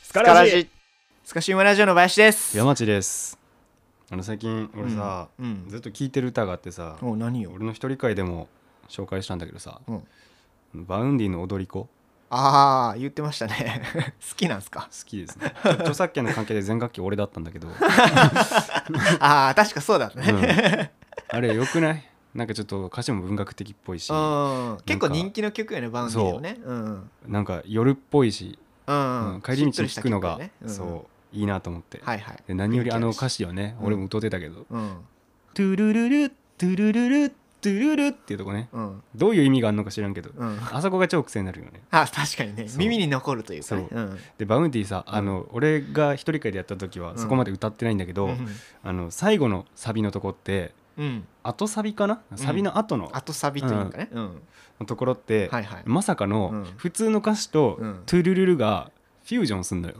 スカラジスカシウマラジオの林です。 山地です。最近俺さ、ずっと聴いてる歌があってさ、 何よ。 俺の一人会でも紹介したんだけどさ、バウンディの踊り子。 ああ言ってましたね好きなんすか？ 好きですね。著作権の関係で全楽器俺だったんだけどああ確かそうだね、 あれよくない？なんかちょっと歌詞も文学的っぽいし、 結構人気の曲よねバウンディのね。 なんか夜っぽいし、帰り道に聴くのが、そういいなと思って、で何より歌詞はね、俺も歌ってたけど、トゥルルルトゥルルルトゥルルっていうとこね、どういう意味があるのか知らんけど、あそこが超癖になるよね。 確かにね、耳に残るというかね。 でバウンディさ、俺が一人会でやった時はそこまで歌ってないんだけど、最後のサビのとこって、後サビかな、サビの後の後サビというかね、 のところって、まさかの普通の歌詞とトゥルルルがフュージョンすんのよ。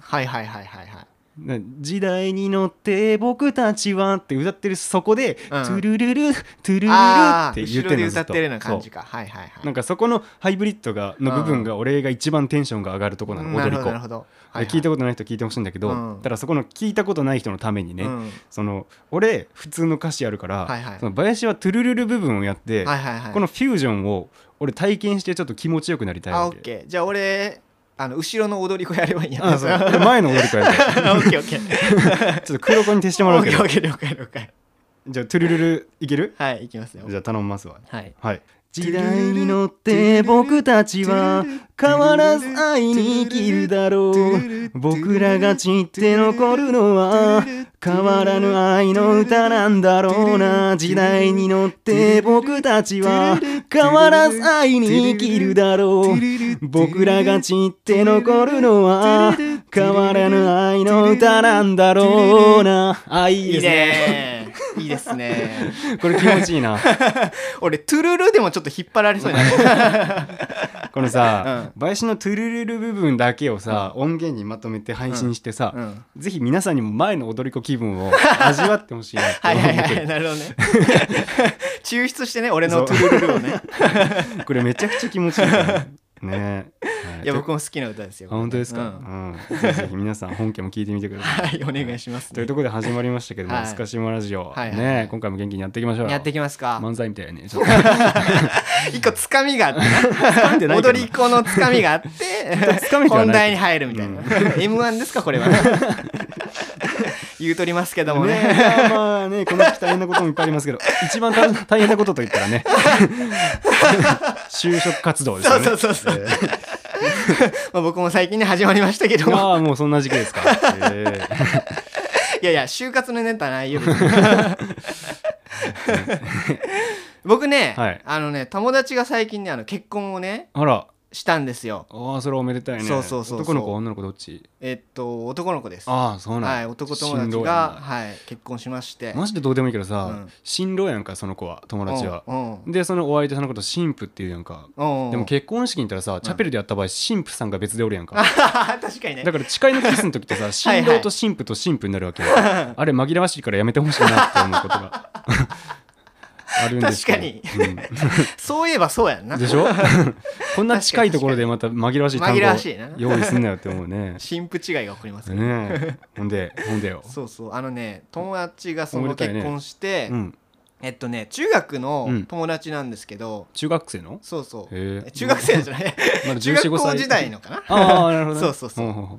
時代に乗って僕たちはって歌ってる、そこで、トゥルルルトゥルルルって言ってるの。 歌ってるような感じか。 なんかそこのハイブリッドの部分が俺が一番テンションが上がるところなの、踊り子。聞いたことない人聞いてほしいんだけど、ただそこの聞いたことない人のためにね、俺普通の歌詞やるから、その林はトゥルルル部分をやって、このフュージョンを俺体験してちょっと気持ちよくなりたいわけ。 じゃあ俺後ろの踊り子やればいいんや。 前の踊り子やりたい。ちょっと黒子に徹してもらうけど。 了解。 じゃあトゥルルルいける？ はい、いきますよ。 じゃあ頼みますわ。 はい。 時代に乗って僕たちは変わらず愛に生きるだろう。僕らが散って残るのは変わらぬ愛の歌なんだろうな。時代に乗って僕たちは変わらず愛に生きるだろう。僕らが散って残るのは変わらぬ愛の歌なんだろうな。いいですね。 いいですね。 これ気持ちいいな。 俺トゥルルでもちょっと引っ張られそうになる。 このさ、林のトゥルルル部分だけをさ、音源にまとめて配信してさ、ぜひ皆さんにも前の踊り子気分を味わってほしいなって思ってる。 なるほどね。抽出してね、俺のトゥルルルをね。 これめちゃくちゃ気持ちいいからね。 いや僕も好きな歌ですよ。 本当ですか？ぜひ皆さん本家も聞いてみてください。 はい、お願いします。 というところで始まりましたけども、スカシウマラジオね、今回も元気にやっていきましょう。 やっていきますか。 漫才みたいね。 一個つかみがあってな、踊り子のつかみがあって本題に入るみたいな。M1 ですかこれは。言うとりますけどもね。 まあね、この時期大変なこともいっぱいありますけど、一番大変なことといったらね、就職活動ですよね。 そう。僕も最近ね始まりましたけども。 もうそんな時期ですか。 いや就活のネタないよ。僕ね、友達が最近ね結婚をねしたんですよ。 それおめでたいね。男の子女の子どっち？ 男の子です。 そうなん。 男友達が結婚しまして。 マジでどうでもいいけどさ、新郎やんかその子は、友達は。でそのお相手さんのこと新婦っていうやんか。でも結婚式に行ったらさ、チャペルでやった場合新婦さんが別でおるやんか。 確かにね。 だから誓いのキスの時ってさ、新郎と新婦と新婦になるわけよ。あれ紛らわしいからやめてほしいなって思うことがあるんですけど。確かに、そういえばそうやんな。 でしょ。こんな近いところでまた紛らわしい単語用意すんなよって思うね。 新婦違いが起こりますね。ほんでよ。 そう友達がその結婚して、中学の友達なんですけど。 中学生の？ そう中学生じゃない。中学校時代のかな。 なるほど。 そう。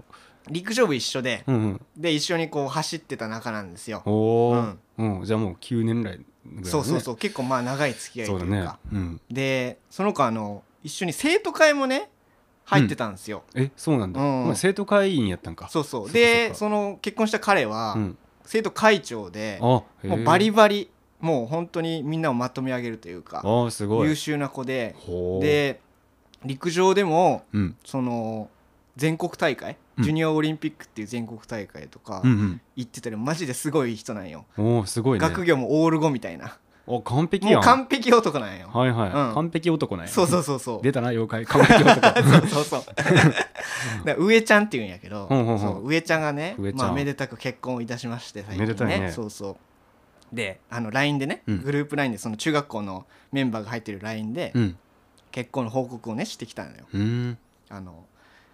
陸上部一緒で、で一緒にこう走ってた仲なんですよ。 じゃあもう9年ぐらい。 そう結構長い付き合いというか。でその子一緒に生徒会もね入ってたんですよ。 そうなんだ。生徒会員やったんか。 でその結婚した彼は生徒会長で、もうバリバリもう本当にみんなをまとめ上げるというか優秀な子で、陸上でもその全国大会、ジュニアオリンピックっていう全国大会とか行ってたり、マジですごい人なんよ。 すごいね。 学業もオール5みたいな。 完璧やん。 もう完璧男なんよ。 完璧男なんや。 そう出たな妖怪完璧男。 そう上ちゃんっていうんやけど、上ちゃんがねめでたく結婚いたしまして、最近ね。でLINE でね、グループ LINE でその中学校のメンバーが入ってる LINE で結婚の報告をねしてきたのよ。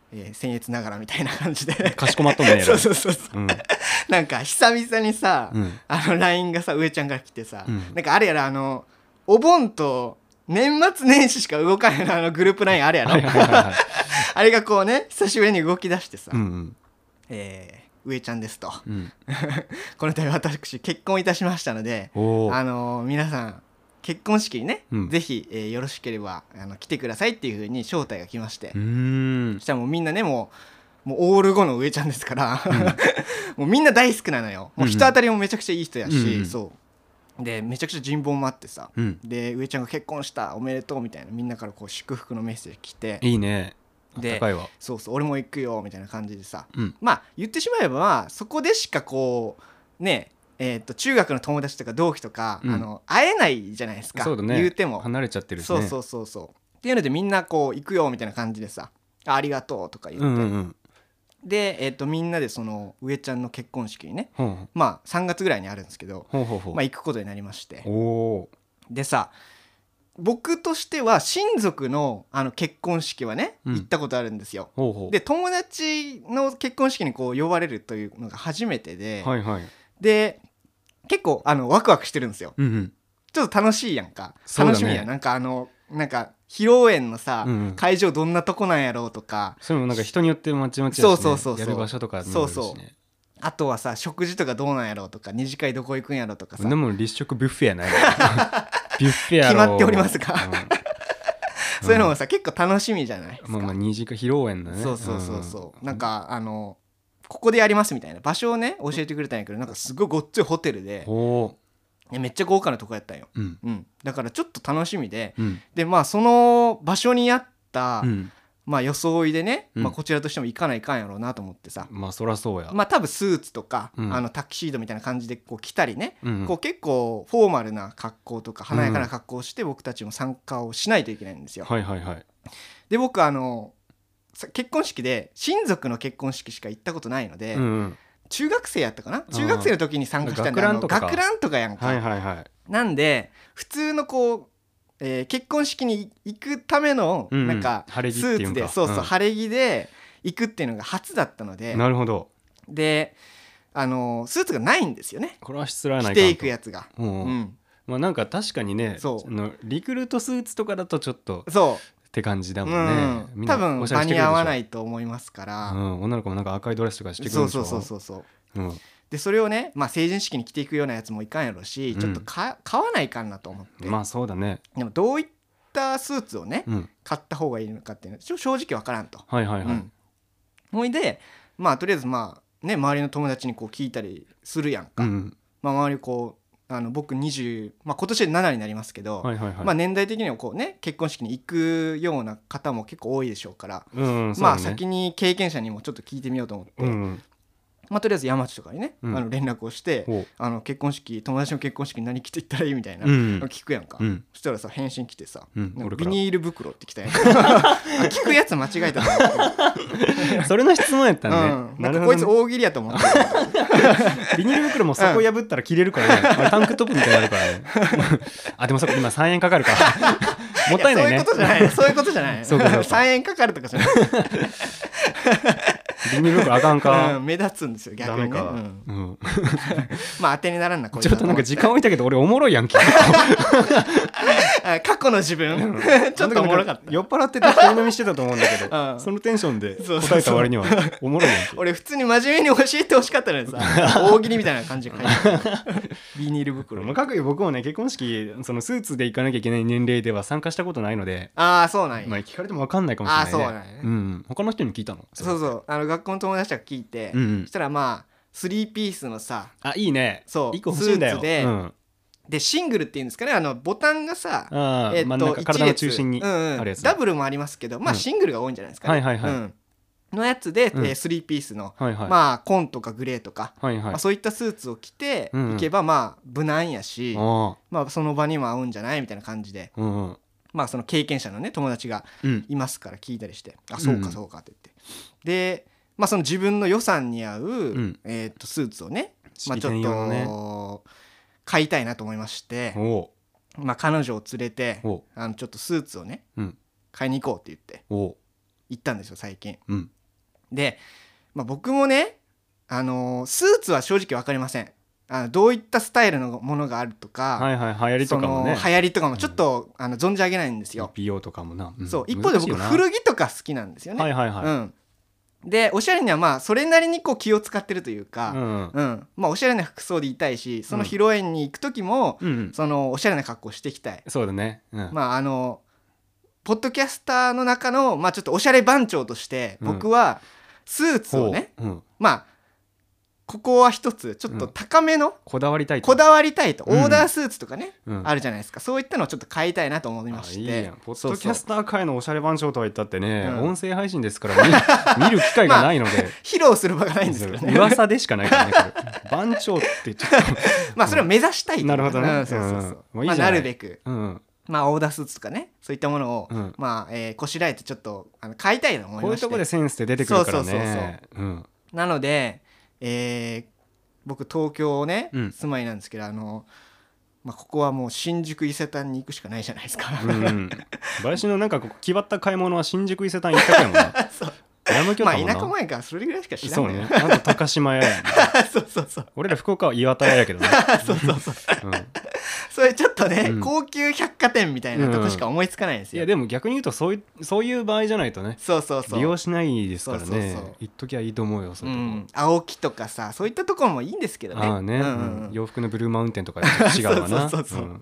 僭越ながらみたいな感じでかしこまっとんねそうそうそうそう、うん、なんか久々にさ、うん、LINE がさ上ちゃんから来てさ、うん、なんかあれやらお盆と年末年始しか動かないグループ LINE あれやろあれがこうね久しぶりに動き出してさ、うんうん、上ちゃんですと、うん、この度私結婚いたしましたので皆さん結婚式にね、うん、ぜひ、よろしければ来てくださいっていう風に招待が来まして、そしたらもうみんなねもうオール5の上ちゃんですから、うん、もうみんな大好きなのよ。もう人当たりもめちゃくちゃいい人やし、うんうん、そうでめちゃくちゃ人望もあってさ、うん、で上ちゃんが結婚したおめでとうみたいなみんなからこう祝福のメッセージ来て、 いいね、 でそうそう俺も行くよみたいな感じでさ、うん、まあ言ってしまえば、まあ、そこでしかこうね中学の友達とか同期とか、うん、会えないじゃないですか。そうだね、言うても離れちゃってるしね。 そうっていうのでみんなこう行くよみたいな感じでさ ありがとうとか言って、うんうんうん、で、みんなでその上ちゃんの結婚式にね、まあ3月ぐらいにあるんですけど、まあ、行くことになりまして、でさ僕としては親族の結婚式はね、行ったことあるんですよ。で友達の結婚式にこう呼ばれるというのが初めてで、はいはい、で結構ワクワクしてるんですよ、うんうん、ちょっと楽しいやんか、楽しみや、なんかなんか披露宴のさ、うんうん、会場どんなとこなんやろうとか、 それもなんか人によってまちまちやし、ね、やる場所とかにもよるしね。そうあとはさ食事とかどうなんやろうとか、二次会どこ行くんやろうとかさ、 でも立食ビュッフェやないビュッフェやろ決まっておりますか、うん、そういうのもさ、結構楽しみじゃないですか。 まあ二次会披露宴だね。 そう、なんかここでやりますみたいな場所をね教えてくれたんやけど、なんかすごいごっついホテルでめっちゃ豪華なとこやったんよ、うんうん、だからちょっと楽しみで、うん、でまあその場所にあった、うんまあ、装いでね、まあ、こちらとしても行かないかんやろうなと思ってさ、 まあそらそうや、 まあ多分スーツとか、タキシードみたいな感じでこう着たりね、こう結構フォーマルな格好とか華やかな格好をして僕たちも参加をしないといけないんですよ、はいはいはい。で僕結婚式で親族の結婚式しか行ったことないので、中学生やったかな、中学生の時に参加したんで、学ランとかやんか、はいはいはい、なんで普通のこう結婚式に行くためのなんかスーツで、そう晴れ着で行くっていうのが初だったので、 なるほど。 でスーツがないんですよね。 これは失礼ないか着ていくやつが、 まあなんか確かにね、リクルートスーツとかだとちょっとって感じだもんね、 多分間に合わないと思いますから、 女の子もなんか赤いドレスとかしてくるんでしょ。 そう、でそれをね、まあ、成人式に着ていくようなやつもいかんやろし、ちょっと買わないかんなと思って、 まあそうだね。 でもどういったスーツをね、買った方がいいのかっていうのは正直わからんと。はいはいはい。ほいでまあとりあえずまあね周りの友達にこう聞いたりするやんか、まあ、周りこう僕20、まあ、今年で7になりますけど、まあ、年代的にはこうね結婚式に行くような方も結構多いでしょうから、まあ先に経験者にもちょっと聞いてみようと思って、まあ、とりあえず山地とかにね、連絡をして結婚式、友達の結婚式に何着ていったらいいみたいな聞くやんか、そしたらさ返信来てさ、ビニール袋って来たやん聞くやつ間違えたと思ってそれの質問やったんね、なんかこいつ大喜利やと思ってビニール袋も底破ったら切れるからね、タンクトップみたいになるからねあでもそこ今3円かかるからもったいないね。 そういうことじゃない3円かかるとかじゃないビニール袋あかんか、 目立つんですよ逆にね。まあ当てにならんなこれ。 ちょっとなんか時間置いたけど俺おもろいやんけ過去の自分ちょっとおもろかった。 酔っ払ってて人飲みしてたと思うんだけどそのテンションで答えた割にはおもろいやんけ。 俺普通に真面目に教えてほしかったのにさ大喜利みたいな感じで書いてビニール袋。 各位僕もね結婚式そのスーツで行かなきゃいけない年齢では参加したことないので。 そうなんや。 まあ聞かれても分かんないかもしれないね。 そうなんやね。 他の人に聞いたの。 そう学校の友達が聞いて、そしたらまあ3ピースのさ、 いいね、 そう 1個欲しいんだよ。 スーツでシングルっていうんですかね、ボタンがさ真ん中体の中心にあるやつ、 ダブルもありますけど、まあシングルが多いんじゃないですかね、のやつで、3ピースの、まあ紺とかグレーとか、そういったスーツを着ていけばまあ無難やし、まあその場にも合うんじゃないみたいな感じで、まあその経験者のね友達がいますから聞いたりして、そうかそうかって言って、でまあその自分の予算に合う、スーツをね、まあちょっと買いたいなと思いまして、まあ彼女を連れてちょっとスーツをね買いに行こうって言って行ったんですよ最近。 で、僕もねスーツは正直分かりません。どういったスタイルのものがあるとか、 はいはい、流行りとかもね、 流行りとかもちょっと、存じ上げないんですよ。 美容とかもな、 そう一方で僕古着とか好きなんですよね。 はいはいはい、 でおしゃれにはそれなりにこう気を使ってるというか、おしゃれな服装でいたいし、その披露宴に行く時も、そのおしゃれな格好していきたい。 そうだね、 ポッドキャスターの中の、ちょっとおしゃれ番長として僕はスーツをね、ここは一つちょっと高めの、 こだわりたいとオーダースーツとかね、あるじゃないですか。そういったのをちょっと買いたいなと思いまして。 いいやん、ポッドキャスター界のおしゃれ番長とは言ったってね、音声配信ですから見る機会がないので、 披露する場がないんですけどね、 噂でしかないからねこれ番長ってちょっとそれを目指したいと。 なるほどね、 なるべく、オーダースーツとかね、そういったものを、こしらえてちょっと買いたいと思いまして。 こういうとこでセンスって出てくるからね。 なので、僕東京ね、住まいなんですけど、ここはもう新宿伊勢丹に行くしかないじゃないですか。 林のなんか決まった買い物は新宿伊勢丹一択やもんな。 そう田舎前からそれぐらいしか知らない。 そうね。あと高島屋やそう俺ら福岡は岩田屋やけどね。 それちょっとね、高級百貨店みたいなとこしか思いつかないんですよ。 いやでも逆に言うとそういう場合じゃないとね、利用しないですからね。言っときゃいいと思うよ。 青木とかさ、そういったところもいいんですけどね。 洋服のブルーマウンテンとか違うわな。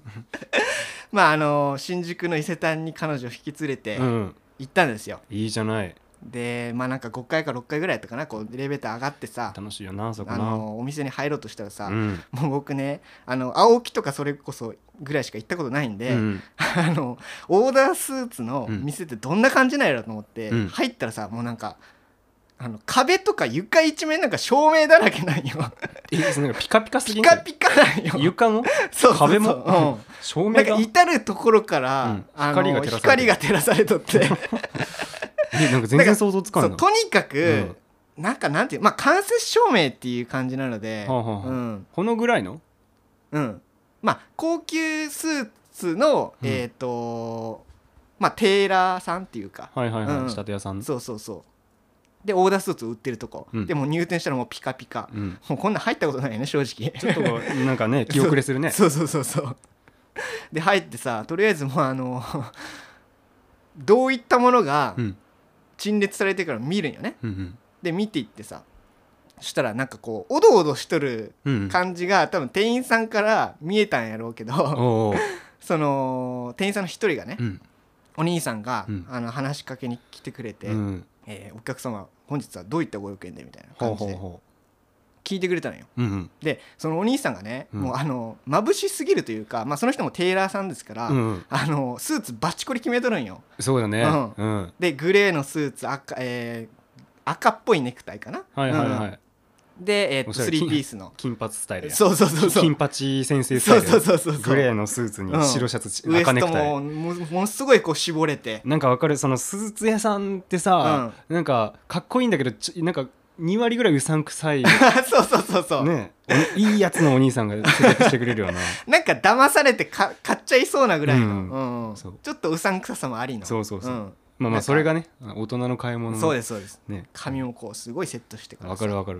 新宿の伊勢丹に彼女を引き連れて行ったんですよ。 いいじゃない。 でなんか5階か6階ぐらいやったかな、こうエレベーター上がってさ、 楽しいよなそこな。 お店に入ろうとしたらさ、もう僕ね青木とかそれこそぐらいしか行ったことないんで、オーダースーツの店ってどんな感じなんやろと思って入ったらさ、もうなんか壁とか床一面なんか照明だらけなんよ。 なんかピカピカすぎん。 ピカピカなんよ。 床も壁も照明がなんか至る所から光が照らされとって。 なんか全然想像つかない。 とにかく、なんていう間接照明っていう感じなので、 このぐらいの高級スーツのテーラーさんっていうか、 仕立て屋さん。 そうでオーダースーツを売ってるとこ、でも入店したらもうピカピカ、もうこんなん入ったことないよね正直。 ちょっとなんかね気遅れするね。 そうで入ってさ、とりあえずもうどういったものが陳列されてるから見るんよね。で見ていってさ、そしたらなんかこうおどおどしとる感じが、多分店員さんから見えたんやろうけど、その店員さんの一人がね、お兄さんが話しかけに来てくれて、お客様本日はどういったご用件でみたいな感じで聞いてくれたのよ。でそのお兄さんがね、もう眩しすぎるというか、その人もテーラーさんですから、スーツバチコリ決めとるんよ。 そうだね。 でグレーのスーツ、赤っぽいネクタイかな。でスリーピースの金髪スタイルや。 そう金八先生スタイル。グレーのスーツに白シャツ、赤ネクタイ。 ウエストもものすごいこう絞れて、 なんかわかる。そのスーツ屋さんってさ、なんかかっこいいんだけど、なんか2割ぐらいうさんくさいそうね、いいやつのお兄さんが接客してくれるよな。 なんか騙されて買っちゃいそうなぐらいの、ちょっとうさんくささもありの。それがね大人の買い物の。 そうですね。髪もこうすごいセットしてから。 わかる。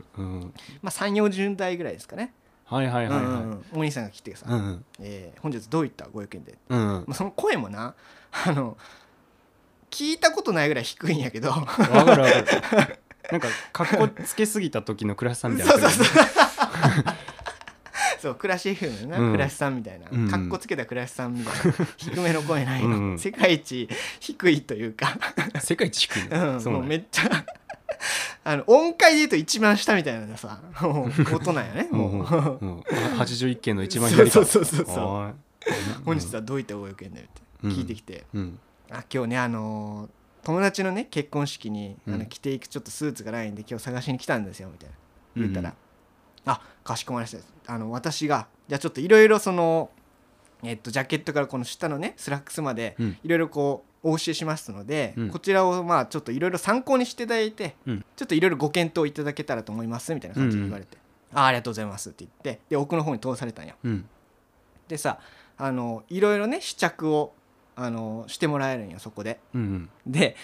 3,40代ぐらいですかね。お兄さんが来てさ、本日どういったご用件で、その声もな聞いたことないぐらい低いんやけど。わかる。なんかかっこつけすぎた時の倉橋さんみたいな。 そう倉橋 FM の倉橋さんみたいな、かっこつけた倉橋さんみたいな低めの声ないの、世界一低いというか。 世界一低い。 もうめっちゃ音階で言うと一番下みたいなさ音なんやね。もう 81件の一番左か。 そう本日はどういったご用件だよって聞いてきて、今日ね友達のね結婚式に着ていくちょっとスーツがないんで今日探しに来たんですよみたいな言ったら、かしこまりました。私がじゃあちょっといろいろそのジャケットからこの下のねスラックスまでいろいろこうお教えしますので、こちらをちょっといろいろ参考にしていただいて、ちょっといろいろご検討いただけたらと思いますみたいな感じで言われて、ありがとうございますって言って、で奥の方に通されたんよ。でさいろいろね試着をしてもらえるんよそこで。で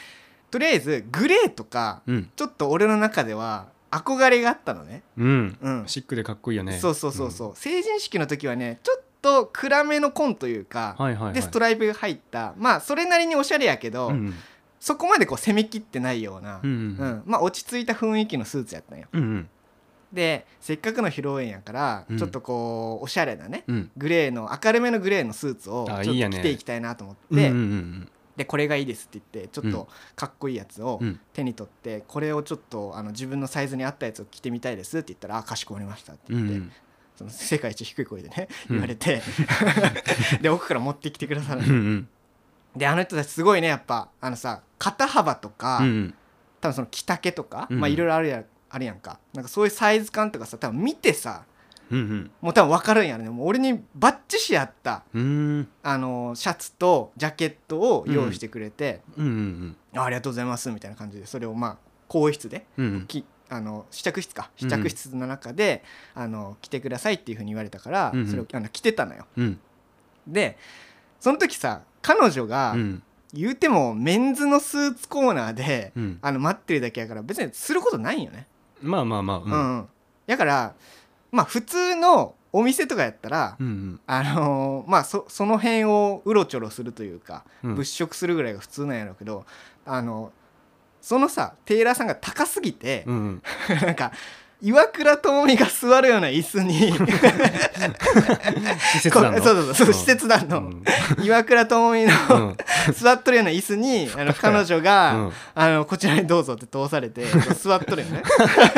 とりあえずグレーとか、ちょっと俺の中では憧れがあったのね。 シックでかっこいいよね。 そう、成人式の時はねちょっと暗めの紺というか、でストライプが入った、まあそれなりにおしゃれやけど、そこまでこう攻めきってないような、まあ落ち着いた雰囲気のスーツやったんよ。でせっかくの披露宴やから、ちょっとこうおしゃれなね、グレーの明るめのグレーのスーツをちょっと着ていきたいなと思って、でこれがいいですって言ってちょっとかっこいいやつを手に取って、これをちょっと自分のサイズに合ったやつを着てみたいですって言ったら、かしこまりましたって言って、その世界一低い声でね言われてで奥から持ってきてくださる。であの人たちすごいね、やっぱさ肩幅とか、多分その着丈とか、まあいろいろあるやんか。なんかそういうサイズ感とかさ、多分見てさ、もう多分分かるんやろね。もう俺にバッチシ合ったシャツとジャケットを用意してくれて、ありがとうございますみたいな感じで、それをまあ更衣室で、試着室の中で着てくださいっていう風に言われたから、それを着てたのよ。でその時さ、彼女が、言うてもメンズのスーツコーナーで、待ってるだけやから別にすることないよね。 まあだからまあ普通のお店とかやったら、まあその辺をうろちょろするというか、物色するぐらいが普通なんやろうけど、そのさテーラーさんが高すぎて、なんか岩倉智美が座るような椅子に施設団のそう施設団の岩倉智美の座っとるような椅子に彼女がこちらにどうぞって通されて座っとるよね。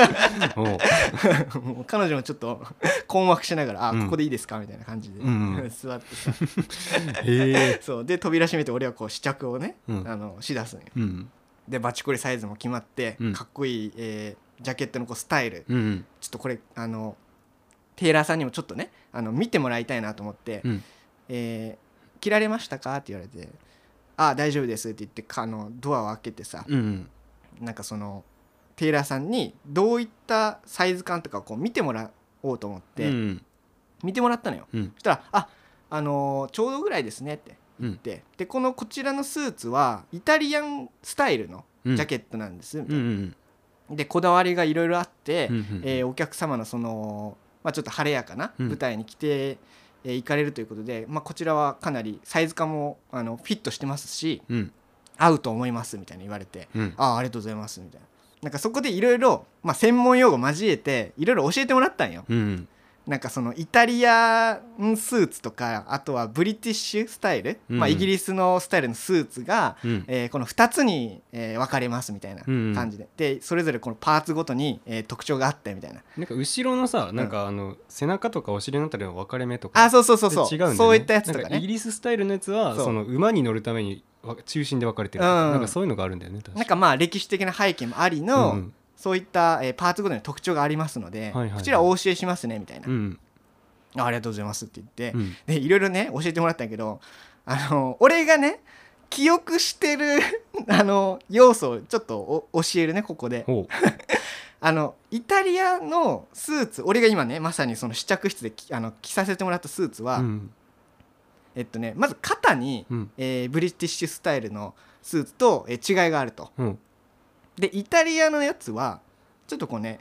彼女もちょっと困惑しながらここでいいですかみたいな感じで座ってさそうで扉閉めて俺はこう試着をねしだすのよ。でバチコリサイズも決まってかっこいいジャケットのこうスタイル、ちょっとこれテーラーさんにもちょっとね見てもらいたいなと思って、着られましたかって言われて、大丈夫ですって言ってドアを開けてさ、なんかそのテーラーさんにどういったサイズ感とかをこう見てもらおうと思って、見てもらったのよ。そしたらちょうどぐらいですねって言って、でこちらのスーツはイタリアンスタイルのジャケットなんですみたいな。でこだわりがいろいろあって、お客様のその、ちょっと晴れやかな舞台に来て行かれるということで、こちらはかなりサイズ感もフィットしてますし、合うと思いますみたいに言われて、ありがとうございますみたいな。なんかそこでいろいろ専門用語交えていろいろ教えてもらったんよ。なんかそのイタリアンスーツとか、あとはブリティッシュスタイル、イギリスのスタイルのスーツが、この2つに、分かれますみたいな感じで、でそれぞれこのパーツごとに、特徴があってみたいな。 なんか後ろのさ、なんか背中とかお尻のあたりの分かれ目とかそう違うんだよね。そういったやつとかね。 なんかイギリススタイルのやつはその馬に乗るために中心で分かれてるとか、なんかそういうのがあるんだよね。 なんか歴史的な背景もありの、そういった、パーツごとに特徴がありますので、こちらお教えしますねみたいな。ありがとうございますって言って、でいろいろね教えてもらったんやけど、俺がね記憶してる要素をちょっと教えるねここで。イタリアのスーツ、俺が今ねまさにその試着室で着させてもらったスーツは、まず肩に、ブリティッシュスタイルのスーツと、違いがあると。でイタリアのやつはちょっとこうね、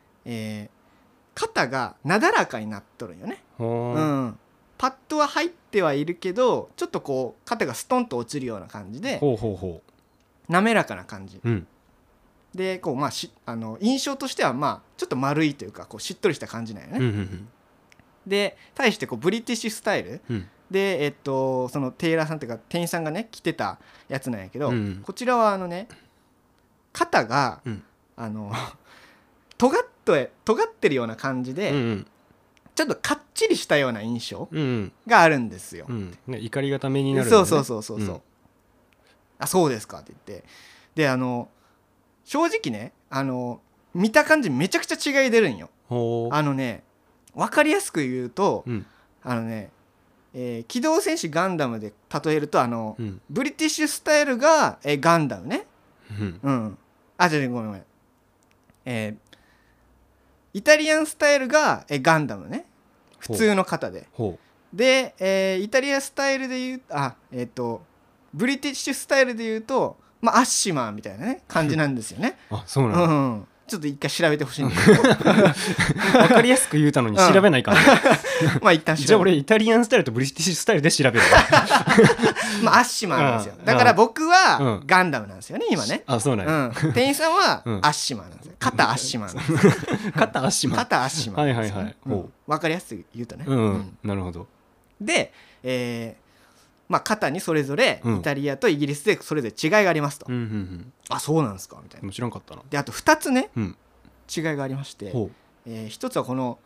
肩がなだらかになっとるんよね。パッドは入ってはいるけど、ちょっとこう肩がストンと落ちるような感じで滑らかな感じ、でこう印象としてはちょっと丸いというかこうしっとりした感じなんよね。で対してこうブリティッシュスタイル、でそのテーラーさんというか店員さんがね着てたやつなんやけど、こちらは肩が尖ってるような感じで、ちょっとかっちりしたような印象があるんですよ。 怒り固めになるんだよね。 そう、そうですかって言って、で正直ね見た感じめちゃくちゃ違い出るんよ。分かりやすく言うと、機動戦士ガンダムで例えるとブリティッシュスタイルがガンダムね。ごめん。イタリアンスタイルがガンダムね、普通の型で。で、イタリアスタイルでいうブリティッシュスタイルでいうとまあアッシマンみたいなね感じなんですよね。 あ、そうなんだ、 うん、ちょっと一回調べてほしいんですけど分かりやすく言うたのに調べないから、 まあ一旦調べる。 じゃあ俺イタリアンスタイルとブリティッシュスタイルで調べるわまあアッシマンなんですよ。だから僕はガンダムなんですよね今ね。 あ、そうなんや、 店員さんはアッシマンなんですよ。肩アッシマンなんですよ。 肩アッシマン、 肩アッシマンなんですよ。 はいはいはい、 分かりやすく言うとね。 なるほど。 で、まあ、肩にそれぞれイタリアとイギリスでそれぞれ違いがありますと、あ、そうなんですかみたいな。 もちろんかったな。 であと2つね、違いがありまして、1つはこの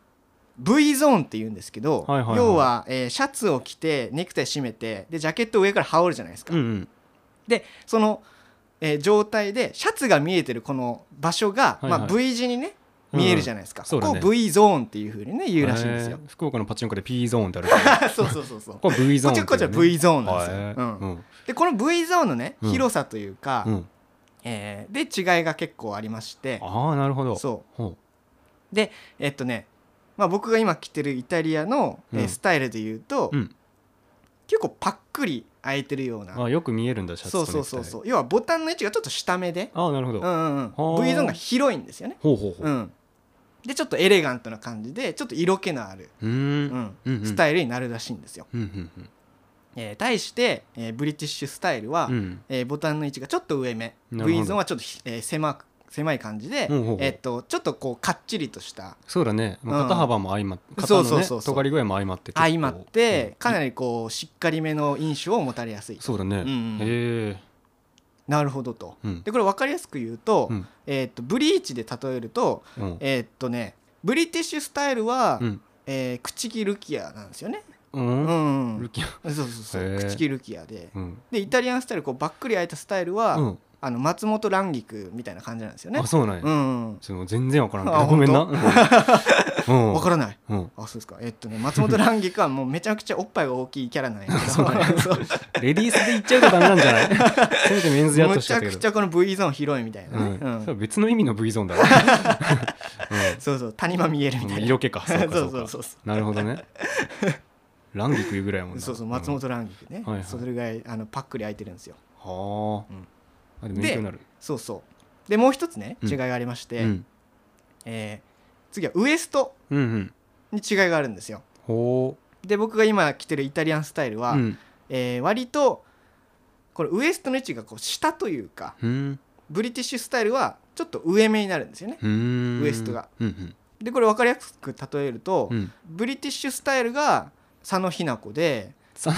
V ゾーンっていうんですけど、要は、シャツを着てネクタイ締めてでジャケットを上から羽織るじゃないですか、でその、状態でシャツが見えてるこの場所が、まあ、V 字にね見えるじゃないですか、ここを V ゾーンっていう風にね言うらしいんですよ。 福岡のパチンコで P ゾーンってあるからそうそうそうそう、 これ V ゾーン、 こっちは V ゾーンなんですよ。でこの V ゾーンのね広さというか、で違いが結構ありまして、 ああなるほど。 そうでまあ、僕が今着てるイタリアの、スタイルでいうと、結構パックリ開いてるような、 あ、よく見えるんだシャツとネクタイ。 そう要はボタンの位置がちょっと下目で、 ああなるほど、 V ゾーンが広いんですよね。でちょっとエレガントな感じでちょっと色気のあるスタイルになるらしいんですよ。対して、ブリティッシュスタイルは、ボタンの位置がちょっと上目、 V ゾーンはちょっと、狭い感じで、ちょっとこうかっちりとした、 そうだね、肩幅も相まって、肩のね尖り具合も相まってかなりこうしっかりめの印象を持たれやすい。 そうだね、へえ、なるほどと。でこれ分かりやすく言うと、ブリーチで例えると、ブリティッシュスタイルは、口木ルキアなんですよね。ルキア、そう口木ルキアで、でイタリアンスタイルこうばっくり開いたスタイルは、松本蘭菊みたいな感じなんですよね。 あ、そうなんや、全然わからんけどごめんな。 わからない。あ、そうですか。松本蘭菊はもうめちゃくちゃおっぱいが大きいキャラなんやけどレディースで言っちゃうとダメなんじゃない？せめてメンズやっとしちゃったけど、 めちゃくちゃこの V ゾーン広いみたいなね。 別の意味の V ゾーンだろ。 そうそう、谷間見えるみたいな色気か。 そうなるほどね。蘭菊いうぐらいやもんな。 そうそう、松本蘭菊ね、それぐらいパックリ開いてるんですよ。 はあ、で勉強になる。 そうそうでもう一つね違いがありまして、次はウエストに違いがあるんですよ。で僕が今着てるイタリアンスタイルは、割とこれウエストの位置がこう下というか、ブリティッシュスタイルはちょっと上目になるんですよね、ウエストが。でこれ分かりやすく例えると、ブリティッシュスタイルが佐野日奈子で、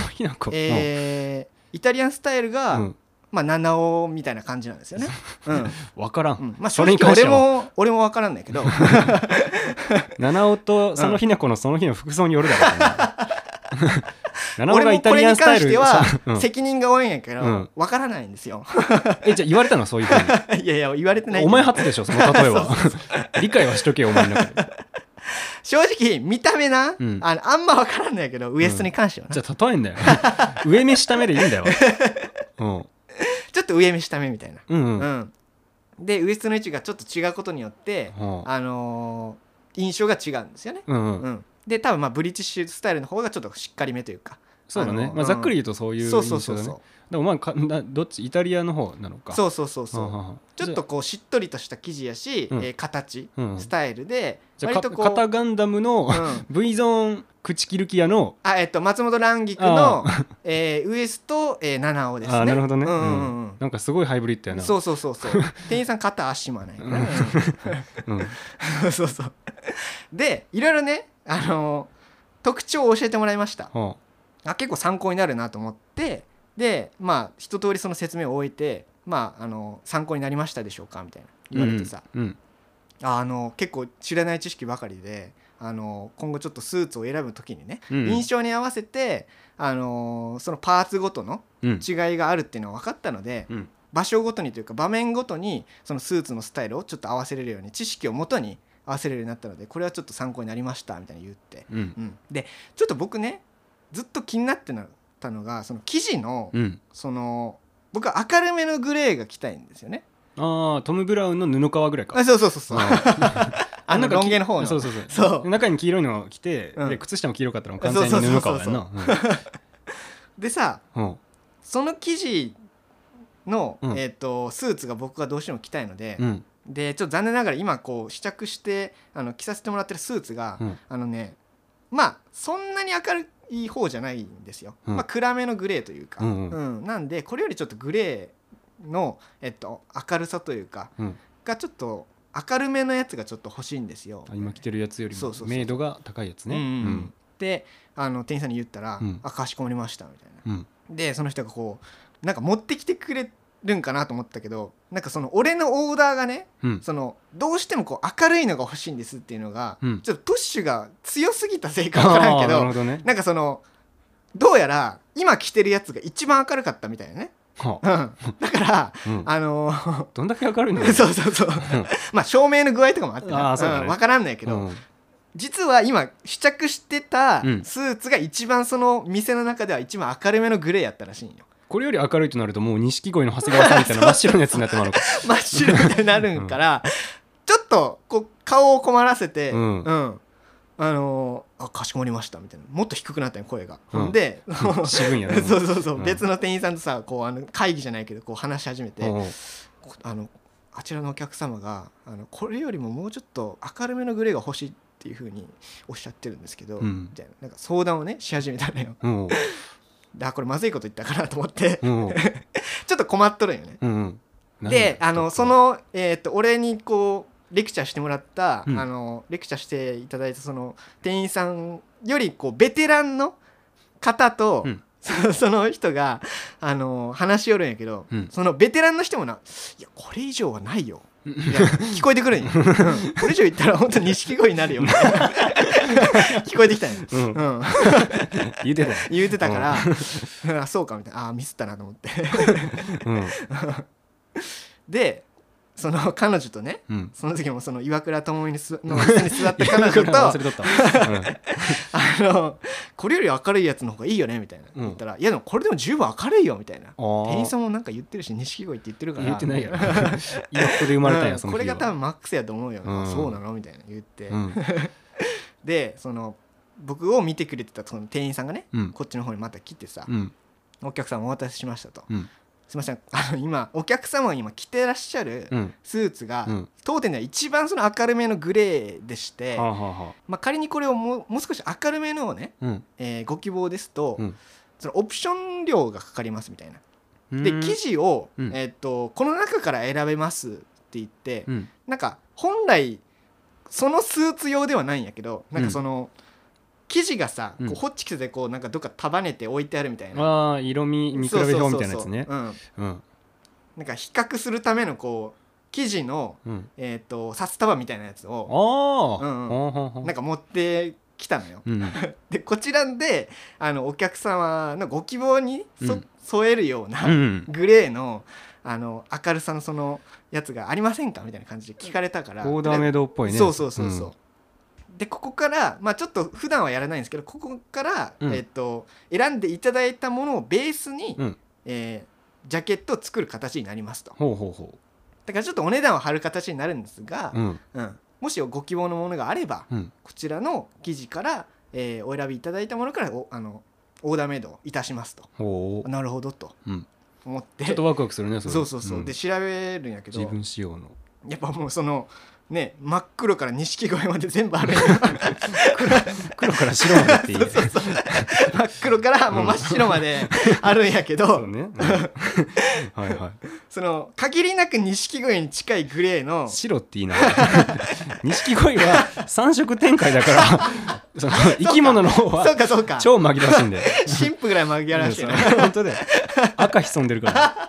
イタリアンスタイルが、まあ、七尾みたいな感じなんですよね。 分からん、 まあ、正直俺も分からんないけど七尾と佐野日奈子のその日の服装によるだろうな。七尾がイタリアンスタイル、 俺もこれに関しては責任が多いんやけど分からないんですよ。 じゃあ言われたのそういうふうに？ いやいや言われてない。 お前初でしょその例えは。理解はしとけよお前の中で。 正直見た目な、あんま分からんないけどウエストに関してはな、 じゃあ例えんだよ。上目下目でいいんだよ。 ちょっと上目下目みたいな、でウエストの位置がちょっと違うことによって、印象が違うんですよね。で多分まあブリティッシュスタイルの方がちょっとしっかりめというか、 そうだね、まあ、ざっくり言うとそういう印象だね。でもまあどっちイタリアの方なのか。そうちょっとこうしっとりとした生地やし、形、スタイルで割とこう肩ガンダムの V ゾーン口切るキアの松本蘭菊のウエスト七尾ですね。 なるほどね。なんかすごいハイブリッドやな。 そう店員さん肩足まないからね。そうでいろいろね特徴を教えてもらいました。結構参考になるなと思って、でまあ一通りその説明を終えて、まあ参考になりましたでしょうかみたいな言われてさ、結構知らない知識ばかりで今後ちょっとスーツを選ぶ時にね、印象に合わせてそのパーツごとの違いがあるっていうのは分かったので、場所ごとにというか場面ごとにそのスーツのスタイルをちょっと合わせれるように知識をもとに合わせれるようになったので、これはちょっと参考になりましたみたいに言って、でちょっと僕ねずっと気になってたのがその生地の、その僕は明るめのグレーが着たいんですよね。 トム・ブラウンの布革ぐらいか。 そうロン毛の方のそう中に黄色いのを着て、で靴下も黄色かったら完全に布革やんな。 でさ、その生地の、スーツが僕がどうしても着たいので、でちょっと残念ながら今こう試着して着させてもらってるスーツが、まあそんなに明るい方じゃないんですよ、まあ、暗めのグレーというか、なんでこれよりちょっとグレーの、明るさというか、がちょっと明るめのやつがちょっと欲しいんですよ。 今着てるやつよりも明度が高いやつね。 で店員さんに言ったら「かしこまりました」みたいな、でその人がこうなんか持ってきてくれるんかなと思ったけど、なんかその俺のオーダーがね、そのどうしてもこう明るいのが欲しいんですっていうのが、ちょっとプッシュが強すぎたせいか分からんけど、なんかそのどうやら今着てるやつが一番明るかったみたいなね。だから、 どんだけ明るいのそうまあ照明の具合とかもあって分からんないけど、実は今試着してたスーツが一番その店の中では一番明るめのグレーやったらしいんよ。 これより明るいとなるともう錦鯉の長谷川さんみたいな真っ白なやつになってまうのか真っ白みたいになるんから、ちょっとこう顔を困らせて、かしこまりましたみたいな、もっと低くなったよ声が、で渋いんやねそう、別の店員さんとさこう会議じゃないけどこう話し始めて、あちらのお客様がこれよりももうちょっと明るめのグレーが欲しいっていう風におっしゃってるんですけど、みたいな、なんか相談をねし始めたのよ。これまずいこと言ったかなと思ってちょっと困っとるんよね。でその、俺にこうレクチャーしてもらった、レクチャーしていただいたその店員さんよりこうベテランの方と、その人が話しよるんやけど、そのベテランの人もな、いやこれ以上はないよ聞こえてくるんよ、これ以上言ったら本当に錦鯉になるよみたいな聞こえてきたんよ、言うてたから、そうかみたいな、ミスったなと思ってでその彼女とね、その時もその岩倉智美の椅子に座った彼女とこれより明るいやつの方がいいよねみたいな言ったら、いやでもこれでも十分明るいよみたいな、店員さんもなんか言ってるし錦鯉って言ってるから、 言ってないよ今ここで生まれたんや、そのこれが多分マックスやと思うよ、そうなのみたいな言って、でその僕を見てくれてたその店員さんがね、こっちの方にまた来てさ、お客さんお待たせしましたと、すみません今お客様が今着てらっしゃるスーツが、当店では一番その明るめのグレーでして、まあ、仮にこれをもう少し明るめのをね、ご希望ですと、そのオプション料がかかりますみたいな。で生地を、この中から選べますって言って、なんか本来そのスーツ用ではないんやけど、なんかその、生地がさ、こうホッチキスでこうなんかどっか束ねて置いてあるみたいな、 色味見比べ表みたいなやつね。 なんか比較するためのこう生地の、札束みたいなやつを、なんか持ってきたのよ。でこちらでお客様のご希望に添えるような、グレーの明るさのそのやつがありませんかみたいな感じで聞かれたから、 オーダーメイドっぽいね。 そう、でここから、まあ、ちょっと普段はやらないんですけど、ここから、選んでいただいたものをベースに、ジャケットを作る形になりますと。だからちょっとお値段は張る形になるんですが、もしご希望のものがあれば、こちらの生地から、お選びいただいたものからオーダーメイドいたしますと。なるほどと思って、 ちょっとワクワクするねそれ。 そう、で調べるんやけど、 自分仕様のやっぱもうそのね、真っ黒から錦鯉まで全部ある黒から白までっていいね。 真っ黒からもう真っ白まであるんやけど、その限りなく錦鯉に近いグレーの白っていいな。錦鯉は3色展開だからその生き物の方は超紛らわしいんで、 神父ぐらい紛らわしいな。 本当で赤潜んでるから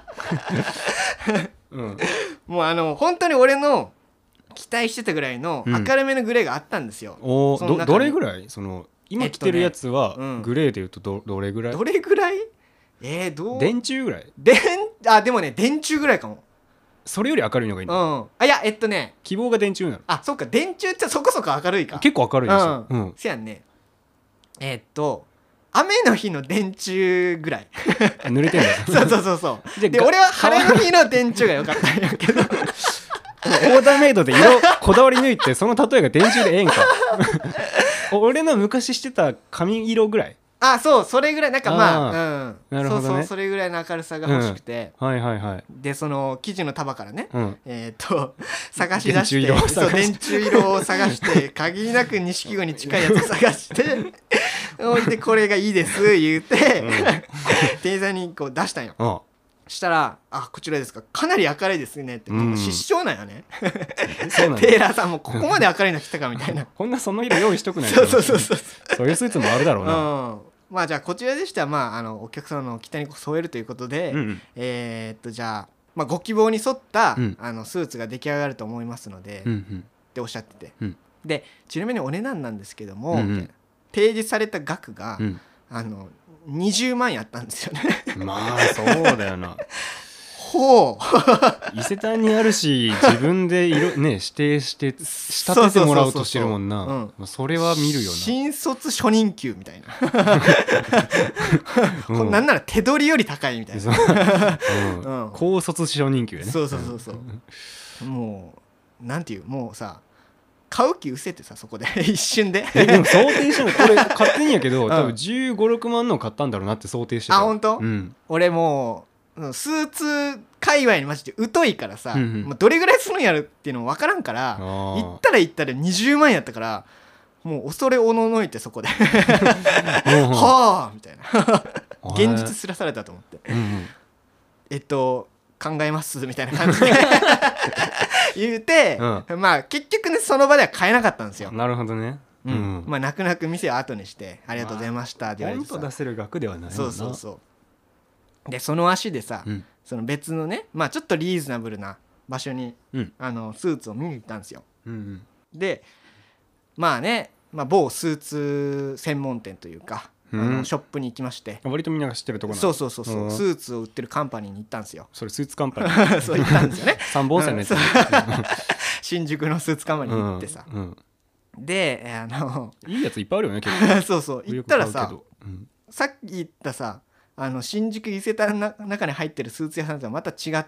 もう本当に俺の期待してたぐらいの明るめのグレーがあったんですよ。 どれぐらい？その今着てるやつはグレーでいうとどれぐらい？ どれぐらい？ 電柱ぐらい？ でもね電柱ぐらいかも。 それより明るいのがいいの？ いや希望が電柱なの。 そっか、電柱ってそこそこ明るいか。 結構明るいですよ。 せやんね。雨の日の電柱ぐらい。 濡れてんだ。 そうで俺は晴れの日の電柱が良かったんやけどオーダーメイドで色こだわり抜いてその例えが電柱でええんか。俺の昔してた髪色ぐらい。 それぐらいなんかなるほどね。 そうそう、それぐらいの明るさが欲しくて、 はいはいはい。 でその生地の束からね、探し出して、電柱色を探して限りなく錦鯉に近いやつを探しておいて、これがいいです言うて、店員さんにこう出したんよ。したら「あ、こちらですか、かなり明るいですね」って、失笑なんよね。テーラーさんもここまで明るいの来たかみたいな。 こんなその色用意しとくないそういうスーツもあるだろうな。 まあじゃあこちらでしたら、お客様の期待に添えるということで、じゃあ、ご希望に沿った、スーツが出来上がると思いますので、っておっしゃってて、でちなみにお値段なんですけども、提示された額が、20万やったんですよね。 まあそうだよな。 ほう伊勢丹にあるし、自分で色ね指定して仕立ててもらおうとしてるもんな。それは見るよな。 新卒初任給みたいな。なんなら手取りより高いみたいな。 高卒初任給やね。 そうもうなんていう、もうさ、買う気失せてさ、そこで一瞬で。 でも想定してるの、これ勝手にやけど、多分15、6万の買ったんだろうなって想定してた。 あ、本当？俺もうスーツ界隈にマジで疎いからさ、どれぐらいするんやるっていうのも分からんから、行ったら20万やったから、もう恐れおののいて、そこではあみたいな現実すらされたと思って、考えますみたいな感じで言うて、まあ結局ね、その場では買えなかったんですよ。 なるほどね。 まあ泣く泣く店を後にして「ありがとうございました」って言われてさ、 ポンと出せる額ではないもんな。 そうでその足でさ、その別のね、まあちょっとリーズナブルな場所に、スーツを見に行ったんですよ。でまあね、某スーツ専門店というか、ショップに行きまして、 割とみんなが知ってるところなんそうスーツを売ってるカンパニーに行ったんですよ。 それスーツカンパニーそう行ったんですよね。 3本線のやつ、 新宿のスーツカンパニーに行ってさ、でいいやついっぱいあるよね結構。 そう行ったらさ、さっき言ったさ、新宿伊勢丹の中に入ってるスーツ屋さんとはまた違って、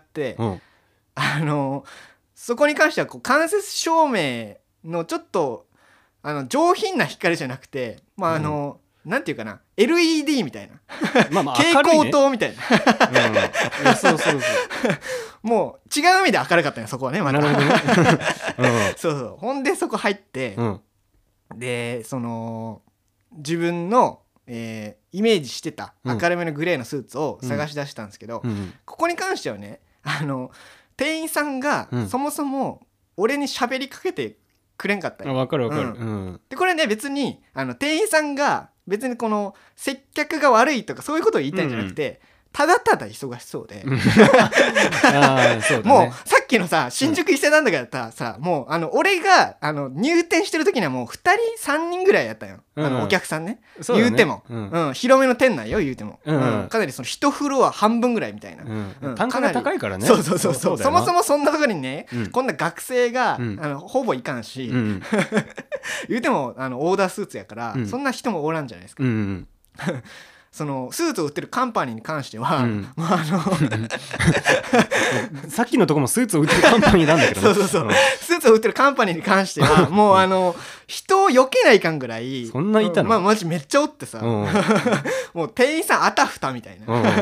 そこに関しては間接照明のちょっと上品な光じゃなくて、なんていうかな、 LED みたいな蛍光灯みたいな、そうもう違う意味で明るかったね、そこはね。またなるほどね。そうほんでそこ入って、でその自分の、イメージしてた明るめのグレーのスーツを探し出したんですけど、ここに関してはね、店員さんがそもそも俺に喋りかけてくれんかったよ。 分かる。 でこれね、別に店員さんが別にこの接客が悪いとかそういうことを言いたいんじゃなくて、ただただ忙しそうでもうさっきのさ新宿伊勢丹だけだったらさ、もう俺が入店してる時にはもう2人3人ぐらいやったよ、お客さんね、言うても、広めの店内よ言うても、かなりその1フロア半分ぐらいみたいな、 単価が高いからね。 そうそもそもそんなところにね、こんな学生がほぼいかんし、言うてもオーダースーツやから、そんな人もおらんじゃないですか。そのスーツを売ってるカンパニーに関しては、 さっきのとこもスーツを売ってるカンパニーなんだけどね。 スーツを売ってるカンパニーに関してはもう人を避けないかんぐらい、 そんないたの、 マジめっちゃおってさ、もう店員さんあたふたみたいな、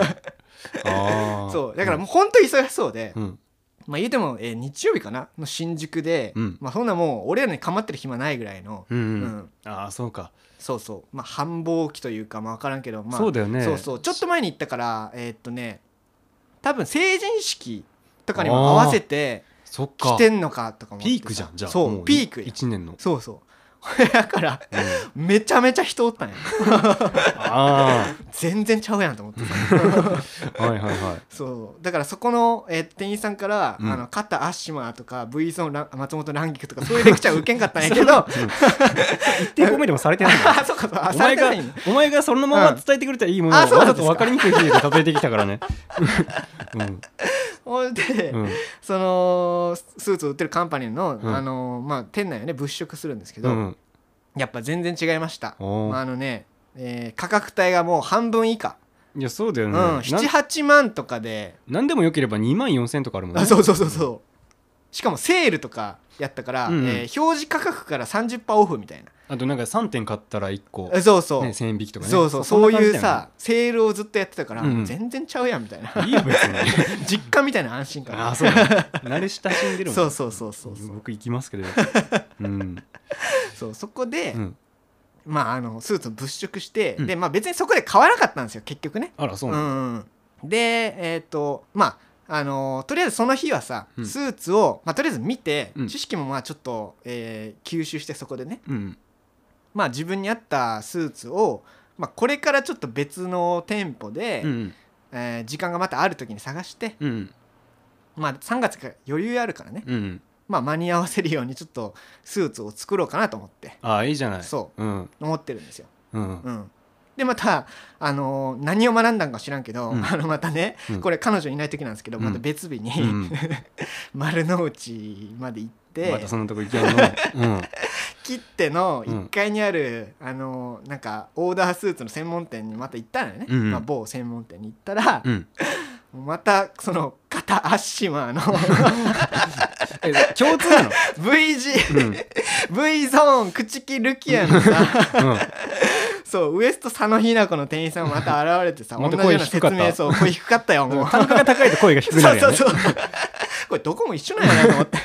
そうだからもうほんと忙しそうで、言うても日曜日かなの新宿で、そんなもう俺らに構ってる暇ないぐらいの、 ああそうか、 繁忙期というか分からんけど、 そうだよね。 ちょっと前に行ったから多分成人式とかにも合わせて来てんのかとかも、 ピークじゃん。じゃあそうピークや 1年の。 だから、めちゃめちゃ人おったんや。全然ちゃうやんと思ってさそうだからそこの、店員さんから、勝田アッシマーとか V ゾーン松本蘭菊とかそういうレクチャー受けんかったんやけど一定方面でもされてないんだ。お前がそのまま伝えてくれたらいいものをわざと分かりにくい例で例えてきたからね。 ほんで、そのスーツを売ってるカンパニーの、店内をね物色するんですけど、やっぱ全然違いました。価格帯がもう半分以下。 いやそうだよね。 7、8万とかで、 何でもよければ2万4千とかあるもんね。 そうしかもセールとかやったから、表示価格から 30% オフみたいな。 あとなんか3点買ったら1個、 そうそう、 ね、1000円引きとかね。 そういうさセールをずっとやってたから、全然ちゃうやんみたいな。 いいよ別に実家みたいな安心感。 そう慣れ親しんでるもん。 そう僕行きますけどそこで、まあスーツを物色して、でまあ別にそこで買わなかったんですよ結局ね。 あらそうなんだ。 でまあとりあえずその日はさ、スーツを、まあ、とりあえず見て、知識もまあちょっと、吸収してそこでね、まあ自分に合ったスーツを、まあ、これからちょっと別の店舗で、時間がまたある時に探して、まあ3月から余裕あるからね、まあ間に合わせるようにちょっとスーツを作ろうかなと思って。 いいじゃない。 そう、思ってるんですよ。でまた何を学んだんか知らんけど、またね、これ彼女いない時なんですけど、また別日に、丸の内まで行って、 またそんなとこ行けんの切手の1階にある、なんかオーダースーツの専門店にまた行ったのよね、まあ、某専門店に行ったら、またその肩アッシマーの共通なの V 字、V ゾーン口木ルキアのさ、そうウエスト佐野日奈子の店員さんまた現れてさ、同じような説明、そう声低かったよ。もう単価が高いと声が低くなるよね。 そうこれどこも一緒なんやなと思って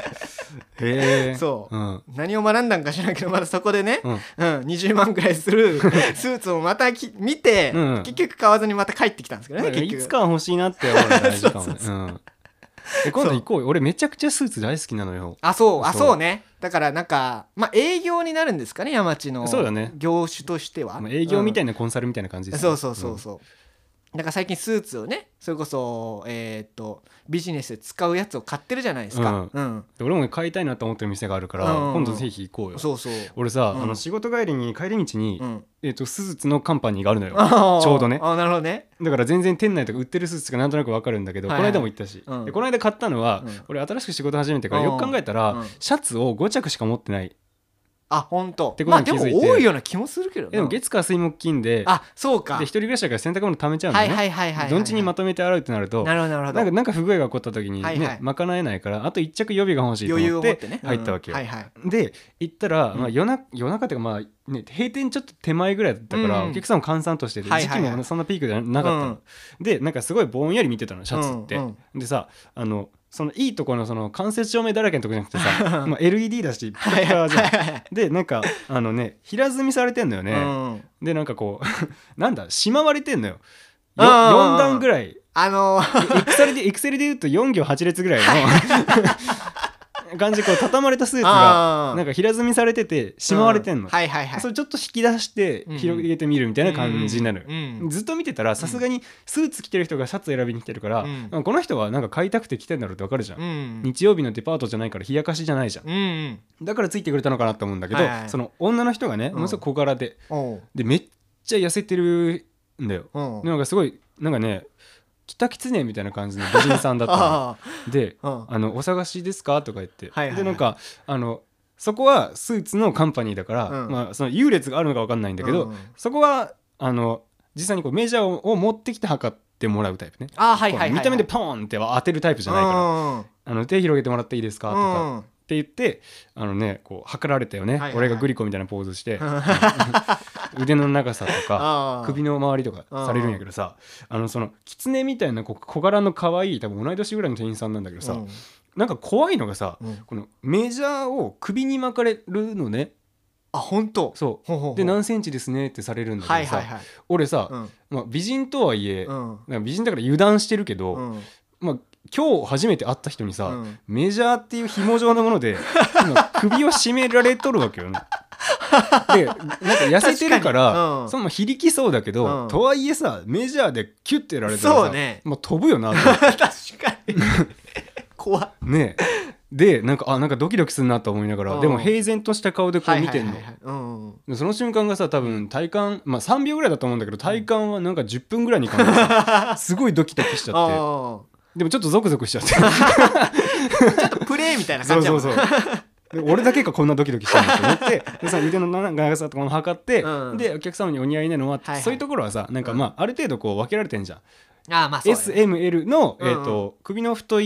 そう、何を学んだんか知らんけど、まだそこでね、20万ぐらいするスーツをまた見て、結局買わずにまた帰ってきたんですけどね。結局いつかは欲しいなって思うの大事かもね。今度行こうよ。俺めちゃくちゃスーツ大好きなのよ。 そうね。だからなんかまあ営業になるんですかね、山地の業種としては。 営業みたいなコンサルみたいな感じですね。 そうだから最近スーツをね、それこそビジネスで使うやつを買ってるじゃないですか。 俺も買いたいなと思ってる店があるから、今度ぜひ行こうよ。俺さ、仕事帰りに帰り道にスーツのカンパニーがあるのよ、ちょうどね。 なるほどね。 だから全然店内とか売ってるスーツがなんとなく分かるんだけど、この間も行ったし、でこの間買ったのは、俺新しく仕事始めてからよく考えたら、シャツを5着しか持ってない。 本当。まあでも多いような気もするけどな。 でも月火水木金で、 そうか。 で一人暮らしだから洗濯物溜めちゃうんだよね。土日にまとめて洗うってなると、なんか不具合が起こった時にね、賄えないから、あと1着予備が欲しいと思って入ったわけよ。で行ったら、夜中っていうかまあね、閉店ちょっと手前ぐらいだったから、お客さんも閑散としてて、時期もそんなピークじゃなかったの。でなんかすごいぼんやり見てたのシャツって。でさ、そのいいところのその間接照明だらけのとこじゃなくてさ、まあ LED だしピカピカじゃん。でなんか平積みされてんのよね。でなんかこうなんだしまわれてんのよ。4段ぐらい。エクセルで言うと4行8列ぐらいの感じでこう畳まれたスーツがなんか平積みされててしまわれてんの。それちょっと引き出して広げてみるみたいな感じになる。ずっと見てたらさすがにスーツ着てる人がシャツ選びに来てるから、この人はなんか買いたくて来てんだろうってわかるじゃん。日曜日のデパートじゃないから冷やかしじゃないじゃん。だからついてくれたのかなと思うんだけど、その女の人がねものすごく小柄でめっちゃ痩せてるんだよ。なんかすごいなんかね北狐みたいな感じの美人さんだったので、お探しですかとか言って、でなんかそこはスーツのカンパニーだから、まあその優劣があるのか分かんないんだけど、そこは実際にこうメジャーを持ってきて測ってもらうタイプね。見た目でポーンって当てるタイプじゃないから手広げてもらっていいですかとかって言ってこう測られたよね。俺がグリコみたいなポーズして腕の長さとか首の周りとかされるんやけどさ、その狐みたいな小柄の可愛い多分同い年ぐらいの店員さんなんだけどさ、なんか怖いのがさ、このメジャーを首に巻かれるのね。 本当。 そうで何センチですねってされるんだけどさ、俺さ、美人とはいえ美人だから油断してるけど、まあ今日初めて会った人にさ、メジャーっていう紐状のもので首を絞められとるわけよね。でなんか痩せてるからその非力そうだけど、とはいえさメジャーでキュッてやられたらさ、まあ、飛ぶよなと確かに怖っね。でなんかドキドキするなと思いながら、でも平然とした顔でこう見てんの。その瞬間がさ多分体感まあ3秒ぐらいだと思うんだけど、体感はなんか10分ぐらいに感じてすごいドキドキしちゃって。でもちょっとゾクゾクしちゃってちょっとプレイみたいな感じだもん。 そうで俺だけがこんなドキドキしてると思ってでさ腕の長さとかも測って、でお客様にお似合いなのは、そういうところはさなんかまあある程度こう分けられてんじゃん。SML の、首の太い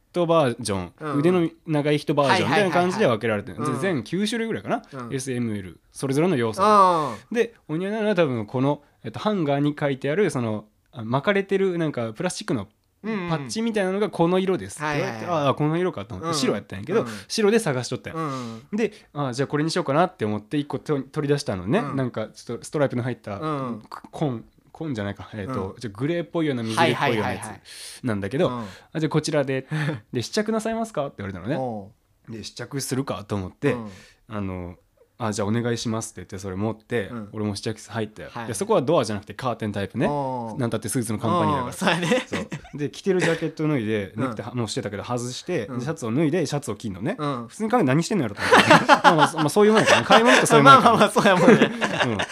トバージョン、腕の長い人バージョンみたいな感じで分けられてる、全9種類ぐらいかな、SML それぞれの要素で、お似合いなのは多分この、ハンガーに書いてあるその巻かれてるなんかプラスチックのパッチみたいなのがこの色ですって言われて、ああこの色かと思って白やったんやけど、白で探しとったんや、でじゃあこれにしようかなって思って1個取り出したのね、なんかちょっとストライプの入ったコンじゃないか、じゃグレーっぽいような水色っぽいようなやつなんだけど、じゃあこちらで試着なさいますかって言われたのね。で試着するかと思って、じゃあお願いしますって言ってそれ持って、俺も試着室入ったよ、でそこはドアじゃなくてカーテンタイプね、なんたってスーツのカンパニーだからそうで着てるジャケット脱いでネクタイもうしてたけど外して、シャツを脱いでシャツを着んのね、普通に考えて何してんのやろと思ってまあそういうもんやからね、買い物とそういうもんやから、まあそうやもんね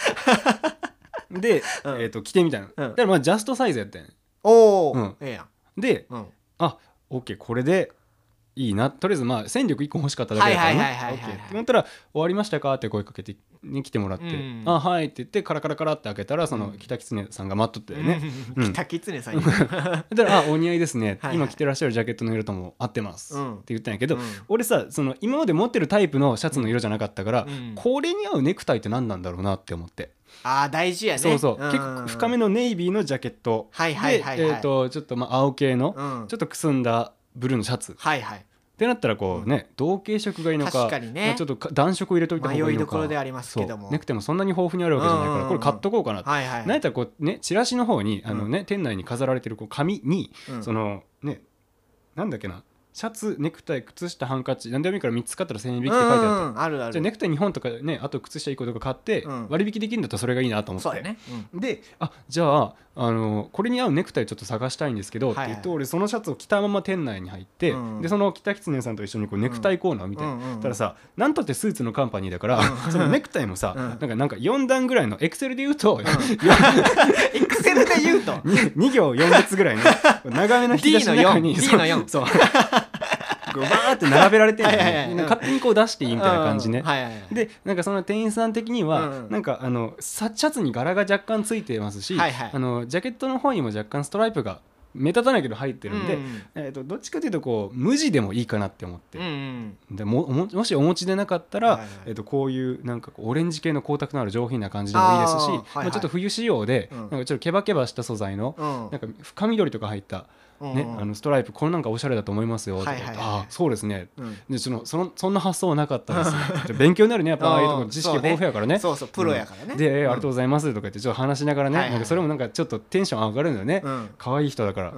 で、着てみたいな、だからまあジャストサイズやったんや。で、OK これでいいな、とりあえずまあ戦力1個欲しかっただけだからね、OK って思ったら終わりましたかって声かけてに来てもらって、はいって言ってカラカラカラって開けたらその北狐さんが待っとったよね、 北狐さんだからお似合いですね、今着てらっしゃるジャケットの色とも合ってますって言ったんやけど、俺さその今まで持ってるタイプのシャツの色じゃなかったから、これに合うネクタイって何なんだろうなって思って、 大事やね。 そう結構深めのネイビーのジャケットで、ちょっとまあ青系のちょっとくすんだブルーのシャツってなったらこうね、同系色がいいのか、ちょっと暖色を入れといた方がいいのか、 迷いどころでありますけども、 ネクタイもそんなに豊富にあるわけじゃないからこれ買っとこうかなって、なんやったらこうねチラシの方に店内に飾られてるこう紙にそのねなんだっけな、シャツ、ネクタイ、靴下、ハンカチ何でもいいから3つ買ったら1000円引きって書いてあった、 あるある。 じゃあネクタイ2本とかね、あと靴下1個とか買って割引できるんだったらそれがいいなと思って、 そうやね、 でじゃあこれに合うネクタイちょっと探したいんですけどって言って、俺そのシャツを着たまま店内に入って、でその北狐さんと一緒にこうネクタイコーナーみたいな、たらさ、なんとってスーツのカンパニーだから、そのネクタイもさ、なんか4段ぐらいのエクセルで言うとエクセルで言うと 2行4列ぐらいの長めの引き出しの中に D の4 そうバーって並べられてるのに勝手にこう出していいみたいな感じね。でなんかその店員さん的にはなんかシャツに柄が若干ついてますし、ジャケットの方にも若干ストライプが目立たないけど入ってるんで、どっちかというとこう無地でもいいかなって思って、でもしお持ちでなかったらこういうなんかオレンジ系の光沢のある上品な感じでもいいですし、ちょっと冬仕様でなんかちょっとケバケバした素材のなんか深緑とか入ったね、ストライプこれなんかおしゃれだと思いますよとか言って、そうですね、でそんな発想はなかったですじゃ勉強になるね、やっぱああいうところ知識豊富やからね、 そうプロやからね、 でありがとうございますとか言ってちょっと話しながらね、なんかそれもなんかちょっとテンション上がるんだよね、可愛い人だから、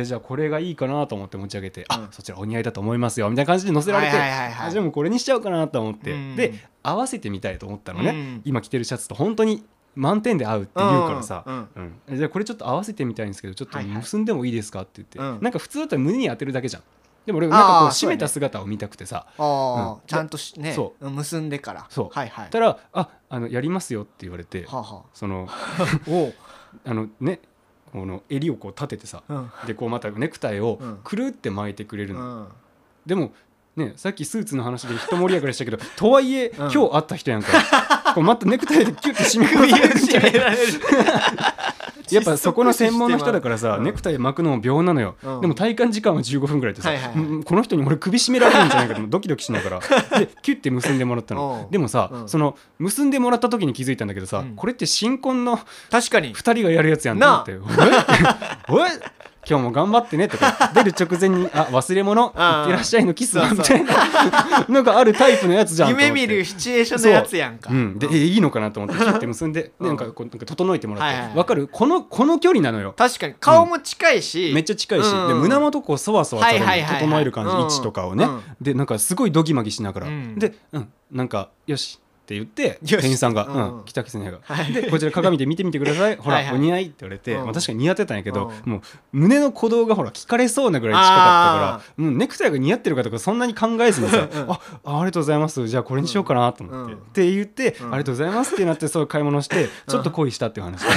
じゃあこれがいいかなと思って持ち上げて、そちらお似合いだと思いますよみたいな感じで載せられて、じゃあもうこれにしちゃおうかなと思って、で合わせてみたいと思ったのね、今着てるシャツと本当に満点で合うって言うからさ、じゃあこれちょっと合わせてみたいんですけどちょっと結んでもいいですかって言って、なんか普通だったら胸に当てるだけじゃん。でも俺なんかこう締めた姿を見たくてさ、 ちゃんとね結んでから、 たらやりますよって言われて、そのねこの襟をこう立ててさ、でこうまたネクタイをくるって巻いてくれるの。でもね、さっきスーツの話で一盛り上がりしたけどとはいえ、今日会った人やんかこうまたネクタイでキュッて締め込まれるやっぱそこの専門の人だからさ、ネクタイ巻くのも秒なのよ、でも体感時間は15分ぐらいでさ、この人に俺首絞められるんじゃないかとドキドキしながらでキュッて結んでもらったの。でもさ、その結んでもらった時に気づいたんだけどさ、これって新婚の2人がやるやつやんと思っておい今日も頑張ってねとか出る直前に忘れ物いってらっしゃいのキスみたいなのがあるタイプのやつじゃんと思って、 夢見るシチュエーションのやつやんか。 でいいのかなと思ってキュッて結んでなんか整えてもらって、分かるこの距離なのよ。 確かに顔も近いし、 めっちゃ近いし、で胸元こうそわそわされる整える感じ、位置とかをね、でなんかすごいドギマギしながらでなんかよしって言って店員さんが北狐がでこちら鏡で見てみてくださいほらお似合いって言われて、確かに似合ってたんやけど、もう胸の鼓動がほら聞かれそうなぐらい近かったから、ネクタイが似合ってるかとかそんなに考えずにさありがとうございますじゃあこれにしようかなと思ってって言ってありがとうございますってなってそう買い物してちょっと恋したっていう話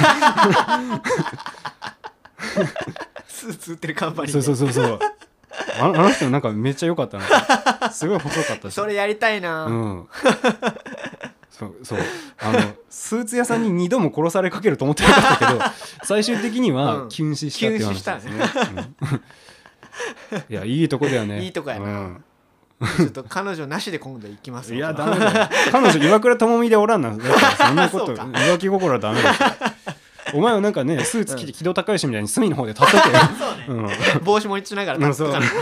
スーツ売ってるカンパニーでそうあの人なんかめっちゃ良かったなすごい細かったしそれやりたいな。 そうスーツ屋さんに2度も殺されかけると思ってなかったけど最終的には急死したっていう話ですね。 いやいいとこだよね。 いいとこやな、ちょっと彼女なしで今度行きますいやダメだよ彼女岩倉智美でおらんなんだからそんなこと浮気心はダメだよお前はなんかねスーツ着て気道高いしみたいに隅の方で立っとけよそうね、帽子も一しながら立っとかない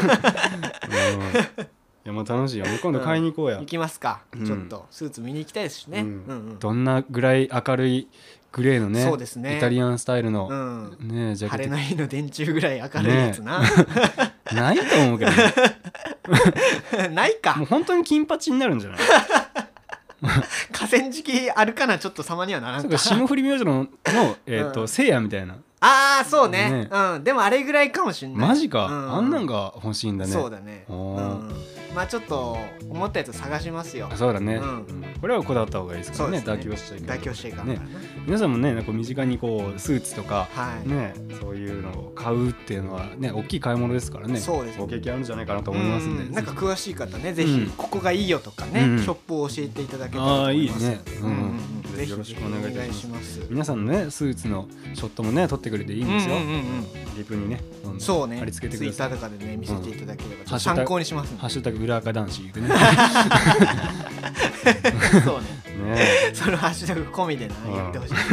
いやもう楽しいよ今度買いに行こうや、 行きますか、ちょっとスーツ見に行きたいですしね、 どんなぐらい明るいグレーのね、 そうですね、 イタリアンスタイルの、 ね、ジャケット晴れの日の電柱ぐらい明るいやつな、 ないと思うけど、 ね、ないかもう本当に金八になるんじゃない河川敷あるかなちょっと様にはならんか霜降り明星のせいやみたいなああそうね、でもあれぐらいかもしんないマジか、あんなんが欲しいんだねそうだね、まあちょっと思ったやつ探しますよそうだね、これはこだわった方がいいですからね妥協しちゃいけない妥協しちゃいけない、 皆さんもねなんか身近にこうスーツとか、ねそういうのを買うっていうのはね大きい買い物ですからねそうですご経験あるんじゃないかなと思いますんでなんか詳しい方ねぜひここがいいよとかねショップを教えていただけたらと思いますいいねぜひよろしくお願いします皆さんのねスーツのショットもね撮ってくれていいんですよリプにねそうね貼り付けてくださいツイッターとかでね見せていただければ参考にしますハッシュタグ裏垢男子でねそうねそのハッシュタグ込みでなやってほしい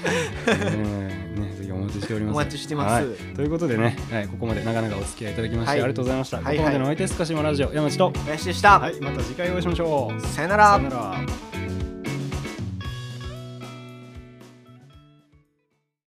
ぜひお待ちしておりますお待ちしてますということでねここまで長々お付き合いいただきましてありがとうございましたここまでのお相手すかしもラジオ山地と林でしたまた次回お会いしましょうさよなら。